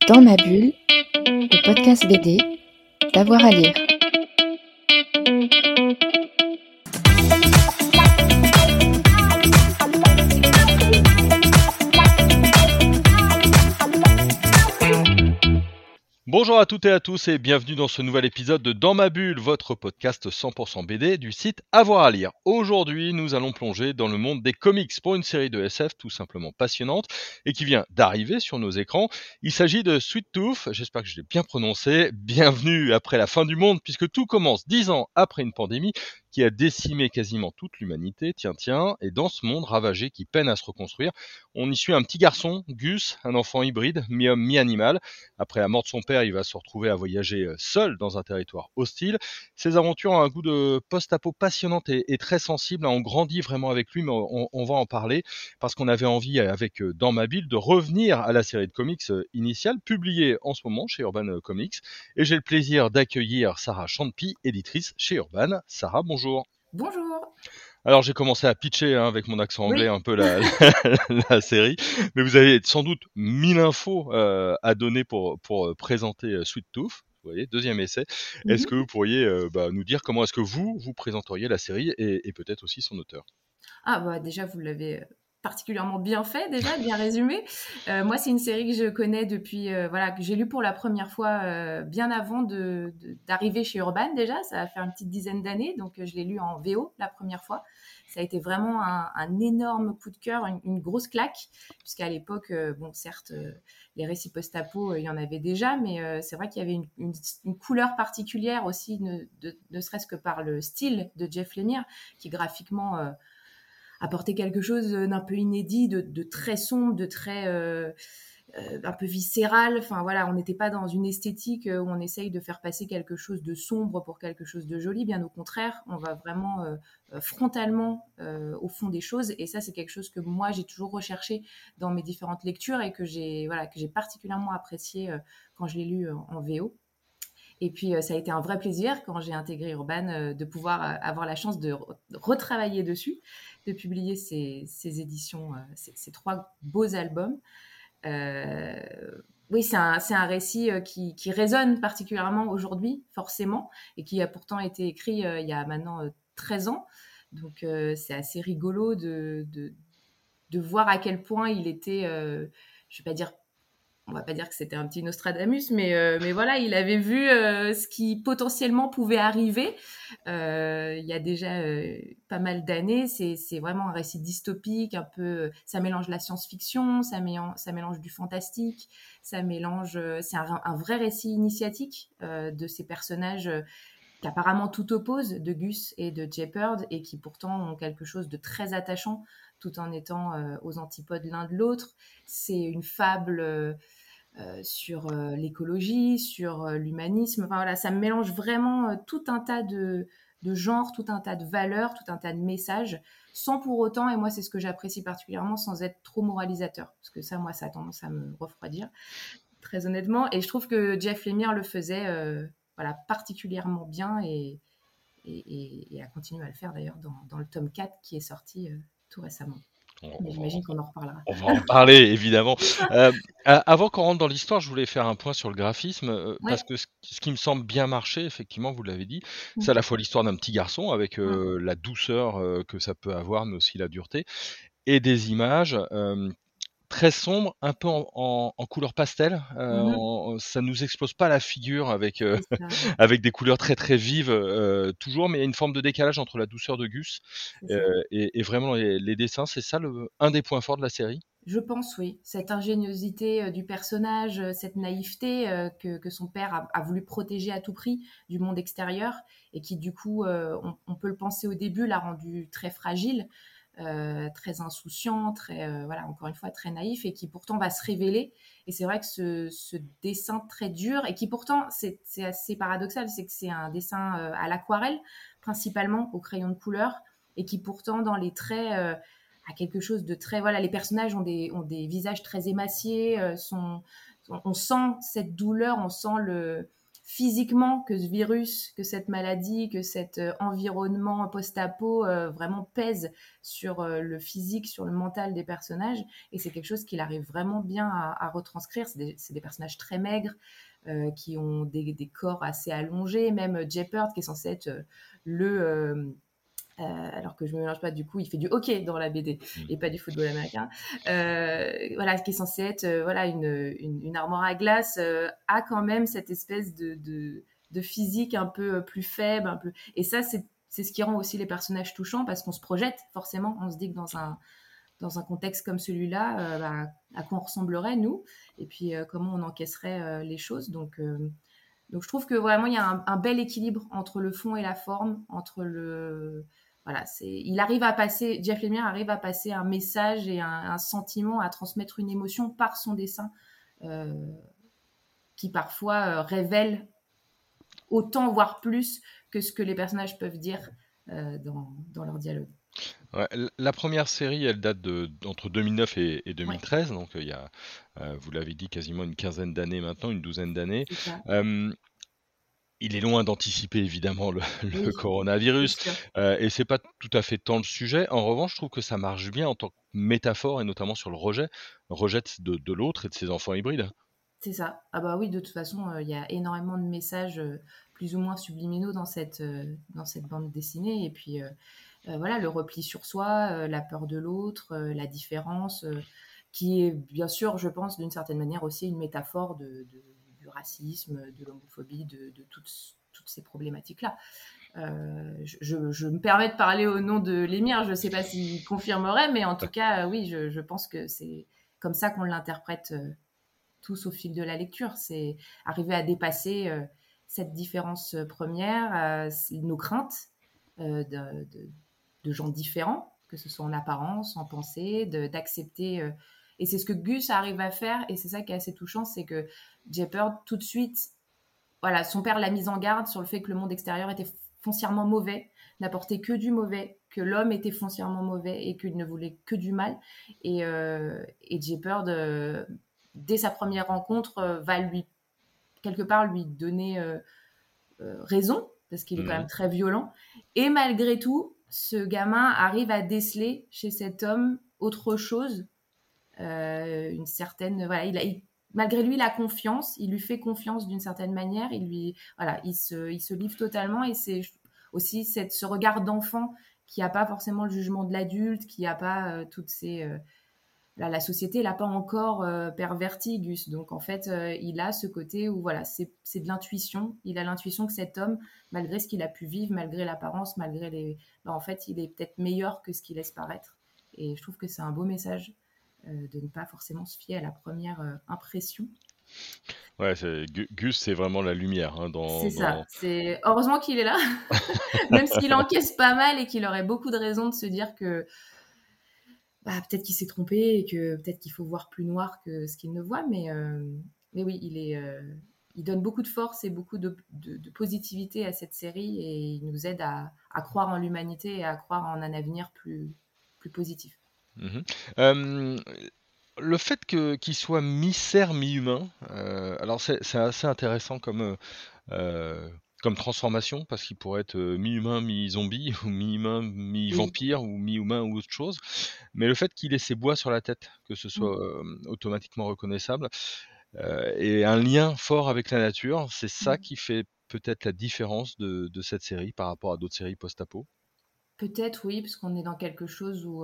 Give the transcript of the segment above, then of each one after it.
Dans ma bulle, le podcast BD, d'avoir à lire. Bonjour à toutes et à tous et bienvenue dans ce nouvel épisode de Dans ma bulle, votre podcast 100% BD du site Avoir à lire. Aujourd'hui, nous allons plonger dans le monde des comics pour une série de SF tout simplement passionnante et qui vient d'arriver sur nos écrans. Il s'agit de Sweet Tooth, j'espère que je l'ai bien prononcé. Bienvenue après la fin du monde puisque tout commence 10 ans après une pandémie qui a décimé quasiment toute l'humanité, tiens, et dans ce monde ravagé qui peine à se reconstruire, on y suit un petit garçon, Gus, un enfant hybride, mi-homme, mi-animal. Après la mort de son père, il va se retrouver à voyager seul dans un territoire hostile. Ses aventures ont un goût de post-apo passionnante et très sensible. On grandit vraiment avec lui, mais on va en parler parce qu'on avait envie, avec Dans ma bulle, de revenir à la série de comics initiale, publiée en ce moment chez Urban Comics. Et j'ai le plaisir d'accueillir Sarah Champy, éditrice chez Urban. Sarah, bonjour. Bonjour. Alors j'ai commencé à pitcher avec mon accent anglais Oui. un peu la série, mais vous avez sans doute 1000 infos à donner pour présenter Sweet Tooth. Vous voyez, deuxième essai. Est-ce que vous pourriez nous dire comment est-ce que vous présenteriez la série et peut-être aussi son auteur? Déjà, vous l'avez particulièrement bien fait, déjà, bien résumé. Moi, c'est une série que je connais depuis, que j'ai lu pour la première fois bien avant d'arriver chez Urban, déjà. Ça a fait une petite dizaine d'années, donc je l'ai lu en VO la première fois. Ça a été vraiment un énorme coup de cœur, une grosse claque, puisqu'à l'époque, certes, les récits post-apo, il y en avait déjà, mais c'est vrai qu'il y avait une couleur particulière aussi, ne serait-ce que par le style de Jeff Lemire, qui graphiquement apportait quelque chose d'un peu inédit, de très sombre, de très un peu viscéral. Enfin voilà, on n'était pas dans une esthétique où on essaye de faire passer quelque chose de sombre pour quelque chose de joli. Bien au contraire, on va vraiment frontalement au fond des choses. Et ça, c'est quelque chose que moi j'ai toujours recherché dans mes différentes lectures et que j'ai particulièrement apprécié quand je l'ai lu en VO. Et puis, ça a été un vrai plaisir quand j'ai intégré Urban de pouvoir avoir la chance de retravailler dessus, de publier ces éditions, ces trois beaux albums. Euh, oui, c'est un récit qui résonne particulièrement aujourd'hui, forcément, et qui a pourtant été écrit il y a maintenant 13 ans. Donc, c'est assez rigolo de voir à quel point il était, je ne vais pas dire, on va pas dire que c'était un petit Nostradamus, mais voilà, il avait vu ce qui potentiellement pouvait arriver il y a déjà pas mal d'années. C'est vraiment un récit dystopique, un peu. Ça mélange la science-fiction, ça mélange du fantastique, ça mélange. C'est un vrai récit initiatique de ces personnages qui apparemment tout opposent, de Gus et de Jeopard, et qui pourtant ont quelque chose de très attachant, tout en étant aux antipodes l'un de l'autre. C'est une fable sur l'écologie, sur l'humanisme. Enfin voilà, ça mélange vraiment tout un tas de genres, tout un tas de valeurs, tout un tas de messages, sans pour autant, et moi c'est ce que j'apprécie particulièrement, sans être trop moralisateur. Parce que ça, moi, ça a tendance à me refroidir, très honnêtement. Et je trouve que Jeff Lemire le faisait particulièrement bien et a continué à le faire d'ailleurs dans le tome 4 qui est sorti tout récemment. Mais j'imagine qu'on en reparlera. On va en parler, évidemment. Avant qu'on rentre dans l'histoire, je voulais faire un point sur le graphisme, parce Ouais. que ce qui me semble bien marcher, effectivement, vous l'avez dit, c'est à la fois l'histoire d'un petit garçon avec la douceur que ça peut avoir, mais aussi la dureté, et des images très sombres, un peu en couleur pastel. Ça nous explose pas la figure avec, C'est ça. avec des couleurs très très vives toujours, mais il y a une forme de décalage entre la douceur de Gus C'est ça. et vraiment les dessins. C'est ça un des points forts de la série? Je pense, oui. Cette ingéniosité du personnage, cette naïveté que son père a voulu protéger à tout prix du monde extérieur et qui, du coup, on peut le penser au début, l'a rendu très fragile, très insouciant, encore une fois, très naïf et qui pourtant va se révéler. Et c'est vrai que ce dessin très dur et qui pourtant, c'est assez paradoxal, c'est que c'est un dessin à l'aquarelle, principalement au crayon de couleur et qui pourtant, dans les traits... à quelque chose de très... Voilà, les personnages ont des visages très émaciés, on sent cette douleur, on sent physiquement que ce virus, que cette maladie, que cet environnement post-apo vraiment pèse sur le physique, sur le mental des personnages. Et c'est quelque chose qu'il arrive vraiment bien à retranscrire. C'est des personnages très maigres, qui ont des corps assez allongés. Même Jepperd, qui est censé être alors que je me mélange pas, du coup, il fait du hockey dans la BD et pas du football américain. Voilà, qui est censé être voilà une armoire à glace, a quand même cette espèce de physique un peu plus faible, un peu. Et ça, c'est ce qui rend aussi les personnages touchants parce qu'on se projette forcément. On se dit que dans un contexte comme celui-là, à quoi on ressemblerait nous, et puis comment on encaisserait les choses. Donc je trouve que vraiment il y a un bel équilibre entre le fond et la forme, entre le voilà, il arrive à passer, Jeff Lemire arrive à passer un message et un sentiment, à transmettre une émotion par son dessin, euh, qui parfois révèle autant, voire plus, que ce que les personnages peuvent dire dans leur dialogue. Ouais, la première série, elle date d'entre 2009 et Ouais, 2013, donc il y a, vous l'avez dit, quasiment une quinzaine d'années maintenant, une douzaine d'années. c'est ça. Il est loin d'anticiper évidemment le Oui, c'est coronavirus, sûr. et c'est pas tout à fait tant le sujet. En revanche, je trouve que ça marche bien en tant que métaphore et notamment sur le rejet de l'autre et de ses enfants hybrides. C'est ça. Ah bah oui, de toute façon, il y a énormément de messages plus ou moins subliminaux dans cette bande dessinée. Et puis, voilà, le repli sur soi, la peur de l'autre, la différence, qui est bien sûr, je pense, d'une certaine manière aussi une métaphore du racisme, de l'homophobie, de toutes ces problématiques-là. Je me permets de parler au nom de l'émir, je ne sais pas s'il confirmerait, mais en tout cas, oui, je pense que c'est comme ça qu'on l'interprète tous au fil de la lecture. C'est arriver à dépasser cette différence première, nos craintes de gens différents, que ce soit en apparence, en pensée, d'accepter. Et c'est ce que Gus arrive à faire, et c'est ça qui est assez touchant, c'est que Jepperd, tout de suite, voilà, son père l'a mise en garde sur le fait que le monde extérieur était foncièrement mauvais, n'apportait que du mauvais, que l'homme était foncièrement mauvais et qu'il ne voulait que du mal. Et Jepperd, dès sa première rencontre, va quelque part lui donner raison, parce qu'il est quand même Mmh. très violent. Et malgré tout, ce gamin arrive à déceler chez cet homme autre chose, une certaine. Voilà, malgré lui, la confiance, il lui fait confiance d'une certaine manière, voilà, il se livre totalement, et c'est aussi ce regard d'enfant qui n'a pas forcément le jugement de l'adulte, qui n'a pas toutes ces. Là, la société l'a pas encore perverti, Gus. Donc en fait, il a ce côté où voilà, c'est de l'intuition. Il a l'intuition que cet homme, malgré ce qu'il a pu vivre, malgré l'apparence, malgré en fait, il est peut-être meilleur que ce qu'il laisse paraître. Et je trouve que c'est un beau message de ne pas forcément se fier à la première impression. Ouais, Gus, c'est vraiment la lumière hein, C'est ça. dans... C'est heureusement qu'il est là, même s'il encaisse pas mal et qu'il aurait beaucoup de raisons de se dire que peut-être qu'il s'est trompé et que peut-être qu'il faut voir plus noir que ce qu'il ne voit. Mais oui, il donne beaucoup de force et beaucoup de positivité à cette série, et il nous aide à croire en l'humanité et à croire en un avenir plus positif. Mhm. Euh, le fait qu'il soit mi-cerf, mi-humain, alors c'est assez intéressant euh, comme transformation, parce qu'il pourrait être mi-humain, mi-zombie, ou mi-humain, Oui. mi-vampire, ou mi-humain, ou autre chose. Mais le fait qu'il ait ses bois sur la tête, que ce soit Mm. automatiquement reconnaissable, et un lien fort avec la nature, c'est ça Mm. qui fait peut-être la différence de cette série par rapport à d'autres séries post-apo. Peut-être oui, parce qu'on est dans quelque chose où,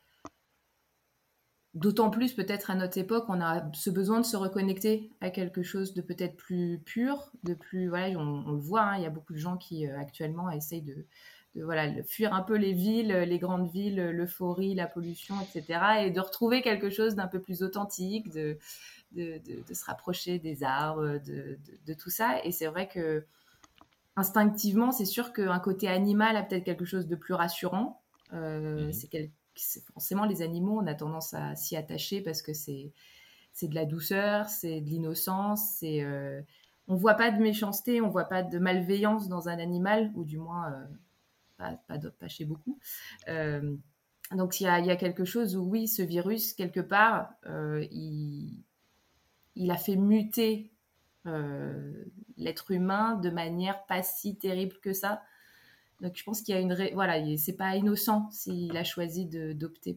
d'autant plus peut-être à notre époque, on a ce besoin de se reconnecter à quelque chose de peut-être plus pur, de plus voilà, on le voit, hein, il y a beaucoup de gens qui actuellement essayent voilà, fuir un peu les villes, les grandes villes, l'euphorie, la pollution, etc., et de retrouver quelque chose d'un peu plus authentique, de se rapprocher des arbres, de tout ça. Et c'est vrai que instinctivement, c'est sûr qu'un côté animal a peut-être quelque chose de plus rassurant. Mhm. C'est forcément les animaux, on a tendance à s'y attacher parce que c'est de la douceur, c'est de l'innocence, on voit pas de méchanceté, on voit pas de malveillance dans un animal, ou du moins pas chez beaucoup. Euh, donc il y a quelque chose où oui, ce virus quelque part, il a fait muter l'être humain de manière pas si terrible que ça. Donc je pense qu'il y a voilà, c'est pas innocent s'il a choisi d'opter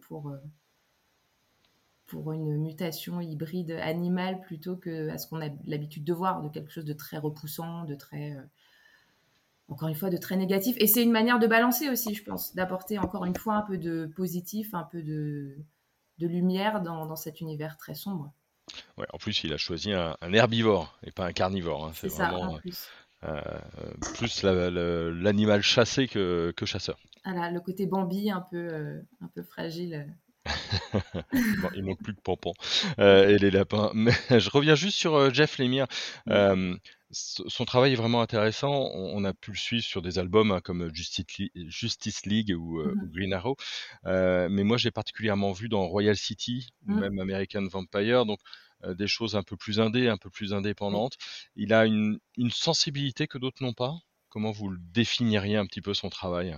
pour une mutation hybride animale plutôt que à ce qu'on a l'habitude de voir, de quelque chose de très repoussant, de très encore une fois de très négatif. Et c'est une manière de balancer aussi, je pense, d'apporter encore une fois un peu de positif, un peu de lumière dans cet univers très sombre. Ouais, en plus, il a choisi un herbivore et pas un carnivore. Hein. C'est C'est ça, en vraiment plus. euh, plus l'animal chassé que chasseur. Voilà, le côté Bambi un peu fragile. Il manque plus que Pampan et les lapins. Mais je reviens juste sur Jeff Lemire. Ouais. Son travail est vraiment intéressant. On a pu le suivre sur des albums hein, comme Justice League ou Mhm. Green Arrow. Mais moi, j'ai particulièrement vu dans Royal City ou Mhm. même American Vampire, donc des choses un peu plus indé, un peu plus Oui. indépendantes. Il a une sensibilité que d'autres n'ont pas. Comment vous le définiriez un petit peu son travail?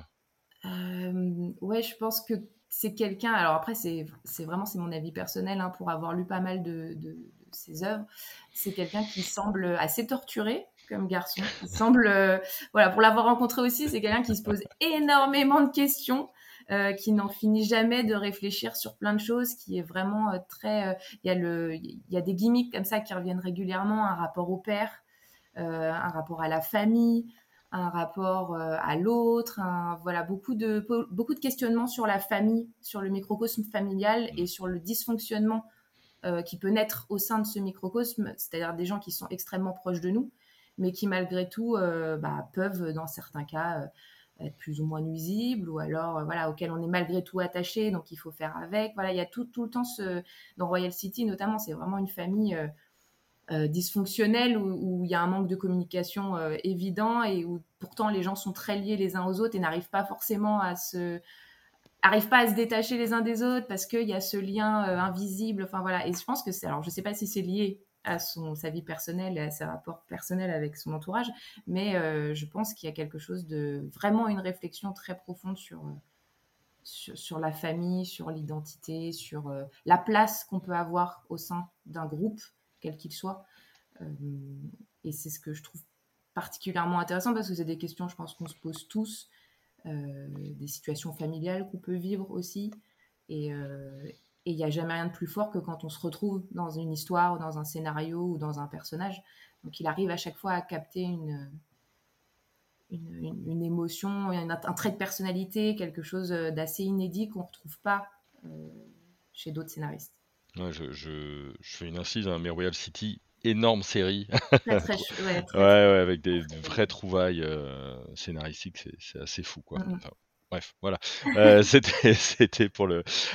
Ouais, je pense que c'est quelqu'un. Alors après, c'est mon avis personnel hein, pour avoir lu pas mal de ses œuvres. C'est quelqu'un qui semble assez torturé comme garçon. Il semble, voilà, pour l'avoir rencontré aussi, c'est quelqu'un qui se pose énormément de questions, qui n'en finit jamais de réfléchir sur plein de choses, qui est vraiment très. Il y a des gimmicks comme ça qui reviennent régulièrement, un rapport au père, un rapport à la famille, un rapport à l'autre, voilà, beaucoup de questionnements sur la famille, sur le microcosme familial et sur le dysfonctionnement qui peut naître au sein de ce microcosme, c'est-à-dire des gens qui sont extrêmement proches de nous, mais qui malgré tout peuvent, dans certains cas, être plus ou moins nuisibles, ou alors voilà, auxquels on est malgré tout attaché, donc il faut faire avec. Voilà, il y a tout le temps dans Royal City notamment, c'est vraiment une famille dysfonctionnelle où il y a un manque de communication évident et où pourtant les gens sont très liés les uns aux autres et n'arrivent pas forcément arrivent pas à se détacher les uns des autres parce qu'il y a ce lien invisible. Enfin voilà. Et je pense que je sais pas si c'est lié à sa vie personnelle et à ses rapports personnels avec son entourage, mais je pense qu'il y a quelque chose de vraiment une réflexion très profonde sur la famille, sur l'identité, sur la place qu'on peut avoir au sein d'un groupe, quel qu'il soit. Euh, et c'est ce que je trouve particulièrement intéressant parce que c'est des questions, je pense, qu'on se pose tous, des situations familiales qu'on peut vivre aussi. Et il n'y a jamais rien de plus fort que quand on se retrouve dans une histoire, ou dans un scénario ou dans un personnage. Donc il arrive à chaque fois à capter une émotion, un trait de personnalité, quelque chose d'assez inédit qu'on ne retrouve pas chez d'autres scénaristes. Ouais, je fais une incise, hein, mais Royal City, énorme série. Très, très, ouais, Ouais, très, très, ouais, avec des très vraies bien. trouvailles scénaristiques, c'est assez fou, quoi. Mm-hmm. Enfin, bref, voilà. C'était pour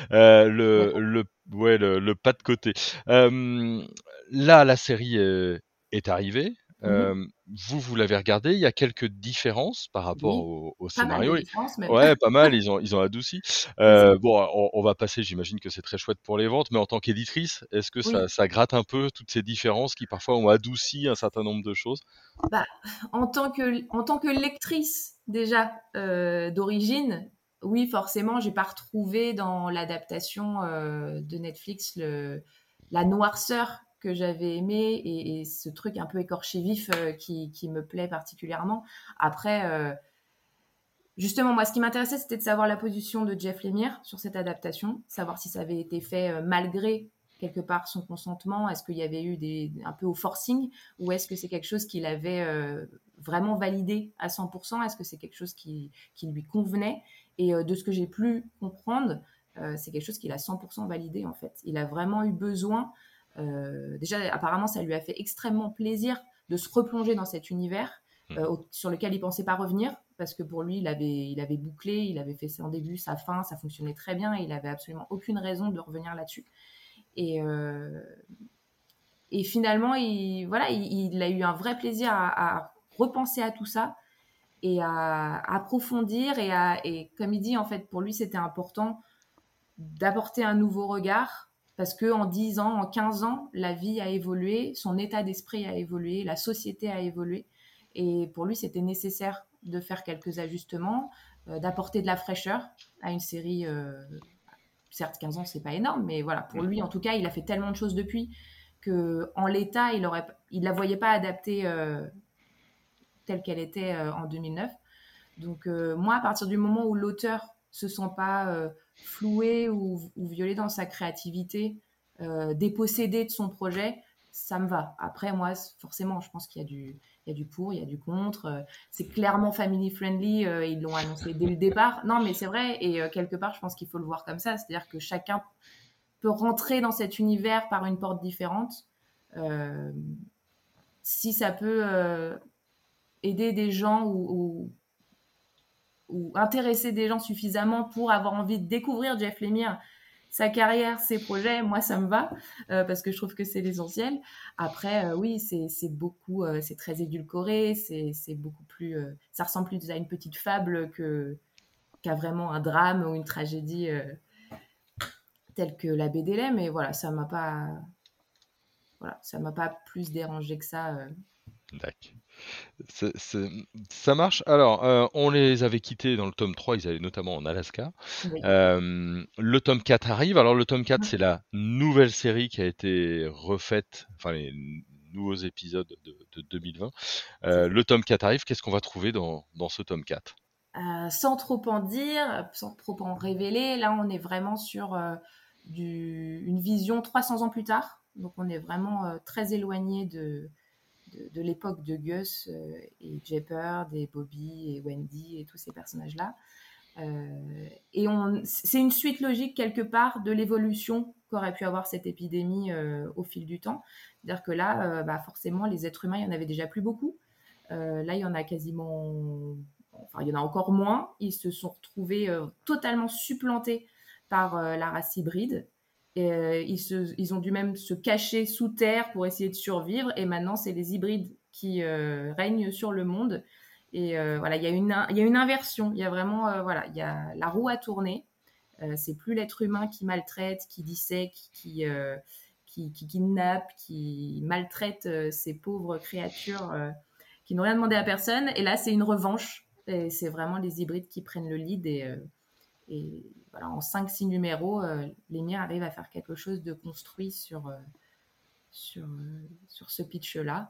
ouais, le pas de côté. Là, la série est arrivée. Mm-hmm. Vous l'avez regardée. Il y a quelques différences par rapport Oui, au pas mal de scénario. différences même. Ouais, pas mal. Ils ont adouci. C'est ça. Bon, on va passer. J'imagine que c'est très chouette pour les ventes, mais en tant qu'éditrice, est-ce que Oui, ça gratte un peu toutes ces différences qui parfois ont adouci un certain nombre de choses? bah, en tant que lectrice déjà d'origine, oui, forcément, j'ai pas retrouvé dans l'adaptation de Netflix la noirceur que j'avais aimée et ce truc un peu écorché vif qui me plaît particulièrement. Après, justement, moi, ce qui m'intéressait, c'était de savoir la position de Jeff Lemire sur cette adaptation, savoir si ça avait été fait malgré quelque part son consentement, est-ce qu'il y avait eu un peu au forcing, ou est-ce que c'est quelque chose qu'il avait vraiment validé à 100%, est-ce que c'est quelque chose qui lui convenait, et de ce que j'ai pu comprendre, c'est quelque chose qu'il a 100% validé en fait. Il a vraiment eu besoin, déjà apparemment ça lui a fait extrêmement plaisir de se replonger dans cet univers, sur lequel il pensait pas revenir parce que pour lui il avait bouclé, il avait fait son début, sa fin, ça fonctionnait très bien et il avait absolument aucune raison de revenir là-dessus. Et, euh, et finalement il a eu un vrai plaisir à repenser à tout ça et à approfondir et comme il dit en fait pour lui c'était important d'apporter un nouveau regard parce que en 10 ans, en 15 ans, la vie a évolué, son état d'esprit a évolué, la société a évolué. Et pour lui, c'était nécessaire de faire quelques ajustements, d'apporter de la fraîcheur à une série. Certes, 15 ans, c'est pas énorme, mais voilà, pour lui, en tout cas, il a fait tellement de choses depuis qu'en l'état, il la voyait pas adaptée telle qu'elle était en 2009. Donc moi, à partir du moment où l'auteur se sent pas floué ou violé dans sa créativité, dépossédé de son projet, ça me va. Après, moi, forcément, je pense qu'il y a du pour, il y a du contre. C'est clairement family friendly, ils l'ont annoncé dès le départ. Non, mais c'est vrai, et quelque part, je pense qu'il faut le voir comme ça. C'est-à-dire que chacun peut rentrer dans cet univers par une porte différente. Euh, Si ça peut aider des gens ou intéresser des gens suffisamment pour avoir envie de découvrir Jeff Lemire, sa carrière, ses projets, moi ça me va parce que je trouve que c'est l'essentiel. Après, oui, c'est beaucoup, c'est très édulcoré, c'est beaucoup plus, ça ressemble plus à une petite fable qu'à vraiment un drame ou une tragédie telle que la BD l'est. Mais voilà, ça m'a pas plus dérangé que ça. D'accord. Ça marche. Alors, on les avait quittés dans le tome 3, ils allaient notamment en Alaska. Oui. Le tome 4 arrive. Alors, le tome 4, c'est la nouvelle série qui a été refaite, enfin, les nouveaux épisodes de 2020. Le tome 4 arrive. Qu'est-ce qu'on va trouver dans ce tome 4? Sans trop en dire, sans trop en révéler, là on est vraiment sur une vision 300 ans plus tard. Donc on est vraiment très éloigné de l'époque de Gus et Jepperd et Bobby et Wendy et tous ces personnages-là. Et c'est une suite logique quelque part de l'évolution qu'aurait pu avoir cette épidémie au fil du temps. C'est-à-dire que là, forcément, les êtres humains, il n'y en avait déjà plus beaucoup. Là, il y en a quasiment... Enfin, il y en a encore moins. Ils se sont retrouvés totalement supplantés par la race hybride. Et, ils ont dû même se cacher sous terre pour essayer de survivre. Et maintenant, c'est les hybrides qui règnent sur le monde. Et voilà, il y a une inversion. Il y a vraiment, il y a la roue à tourner. C'est plus l'être humain qui maltraite, qui dissèque, qui kidnappe, qui maltraite ces pauvres créatures qui n'ont rien demandé à personne. Et là, c'est une revanche. Et c'est vraiment les hybrides qui prennent le lead. Et voilà, en 5-6 numéros, Lemire arrive à faire quelque chose de construit sur ce pitch-là.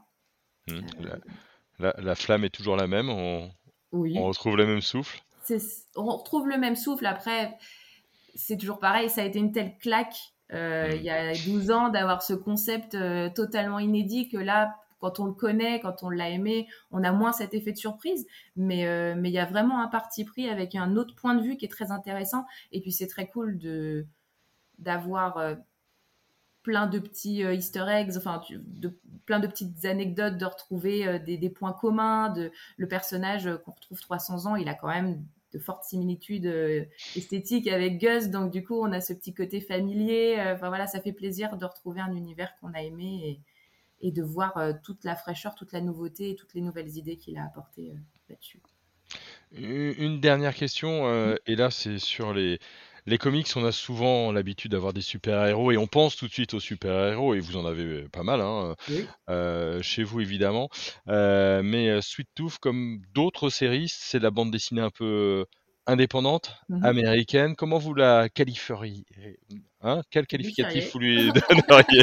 La flamme est toujours la même. On Oui. retrouve le même souffle. On retrouve le même souffle. Après, c'est toujours pareil. Ça a été une telle claque il y a 12 ans d'avoir ce concept totalement inédit que là, quand on le connaît, quand on l'a aimé, on a moins cet effet de surprise. Mais il y a vraiment un parti pris avec un autre point de vue qui est très intéressant. Et puis, c'est très cool d'avoir plein de petits easter eggs, enfin, plein de petites anecdotes, de retrouver des points communs. Le personnage qu'on retrouve 300 ans, il a quand même de fortes similitudes esthétiques avec Gus, donc du coup, on a ce petit côté familier. Enfin voilà, ça fait plaisir de retrouver un univers qu'on a aimé et de voir toute la fraîcheur, toute la nouveauté et toutes les nouvelles idées qu'il a apportées là-dessus. Une dernière question, et là c'est sur les comics, on a souvent l'habitude d'avoir des super-héros et on pense tout de suite aux super-héros et vous en avez pas mal, hein, Oui. chez vous évidemment. Mais Sweet Tooth, comme d'autres séries, c'est de la bande dessinée un peu indépendante, américaine. Comment vous la qualifieriez? Hein? Quel qualificatif vous lui donneriez?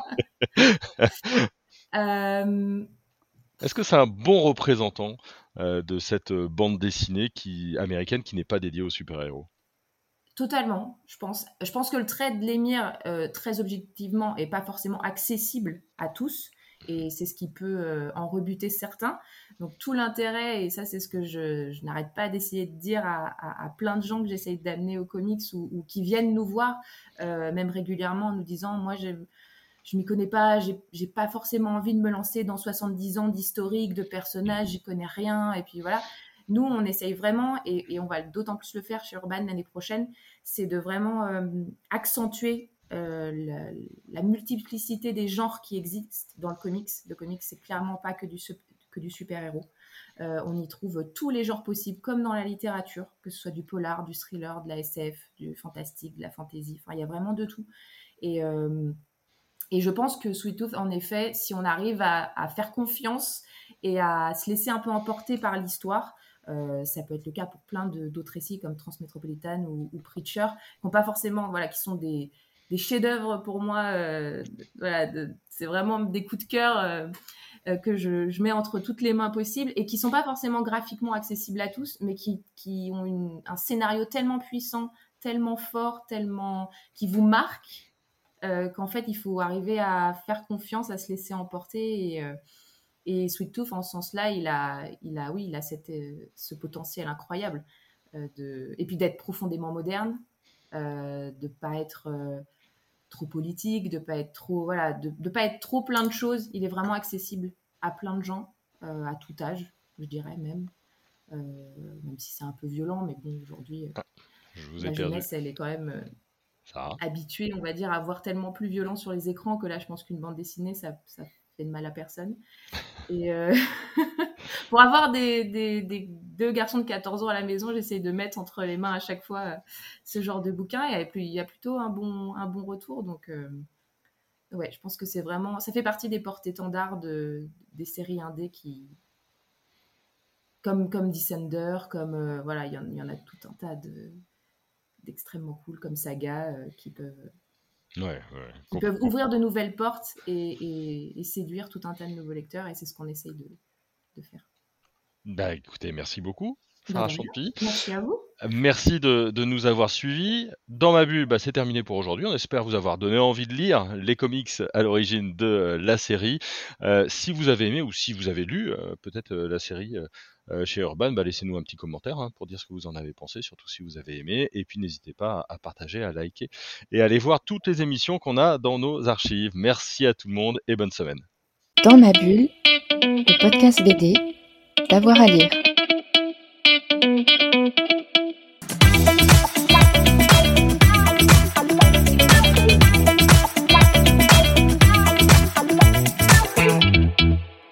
Est-ce que c'est un bon représentant de cette bande dessinée américaine qui n'est pas dédiée aux super-héros? Totalement, je pense. Je pense que le trait de Lemire, très objectivement, est pas forcément accessible à tous. Et c'est ce qui peut en rebuter certains. Donc tout l'intérêt, et ça c'est ce que je n'arrête pas d'essayer de dire à plein de gens que j'essaye d'amener aux comics ou qui viennent nous voir, même régulièrement en nous disant, moi je m'y connais pas, j'ai pas forcément envie de me lancer dans 70 ans d'historique, de personnages, j'y connais rien. Et puis voilà, nous on essaye vraiment, et on va d'autant plus le faire chez Urban l'année prochaine, c'est de vraiment accentuer la multiplicité des genres qui existent dans le comics. Le comics, c'est clairement pas que du super-héros. On y trouve tous les genres possibles, comme dans la littérature, que ce soit du polar, du thriller, de la SF, du fantastique, de la fantasy. Enfin, il y a vraiment de tout. Et je pense que Sweet Tooth, en effet, si on arrive à faire confiance et à se laisser un peu emporter par l'histoire, ça peut être le cas pour plein d'autres récits comme Transmétropolitane ou Preacher, qui n'ont pas forcément, voilà, qui sont des chefs-d'œuvre pour moi. Voilà, c'est vraiment des coups de cœur que je mets entre toutes les mains possibles et qui sont pas forcément graphiquement accessibles à tous, mais qui ont un scénario tellement puissant, tellement fort, qui vous marque qu'en fait il faut arriver à faire confiance, à se laisser emporter et Sweet Tooth en ce sens-là, il a ce potentiel incroyable et puis d'être profondément moderne, de pas être trop politique, de pas être trop de pas être trop plein de choses. Il est vraiment accessible à plein de gens, à tout âge, je dirais même si c'est un peu violent, mais bon aujourd'hui Je vous ai la perdu. jeunesse elle est quand même Ça. habituée, on va dire, à voir tellement plus violent sur les écrans que là je pense qu'une bande dessinée ça fait de mal à personne. Et pour avoir des deux garçons de 14 ans à la maison, j'essaye de mettre entre les mains à chaque fois ce genre de bouquin et il y a plutôt un bon retour. Donc, ouais, je pense que c'est vraiment... Ça fait partie des porte-étendards des séries indées comme Descender, comme... voilà, il y en a tout un tas d'extrêmement cool comme Saga qui peuvent... Qui peuvent ouvrir de nouvelles portes et séduire tout un tas de nouveaux lecteurs, et c'est ce qu'on essaye de faire. Bah écoutez, merci beaucoup, Sarah Champy. Merci à vous. Merci de nous avoir suivis. Dans ma bulle, c'est terminé pour aujourd'hui. On espère vous avoir donné envie de lire les comics à l'origine de la série. Si vous avez aimé ou si vous avez lu peut-être la série chez Urban, laissez-nous un petit commentaire pour dire ce que vous en avez pensé, surtout si vous avez aimé. Et puis n'hésitez pas à partager, à liker et à aller voir toutes les émissions qu'on a dans nos archives. Merci à tout le monde et bonne semaine. Dans ma bulle, le podcast BD, d'avoir à lire.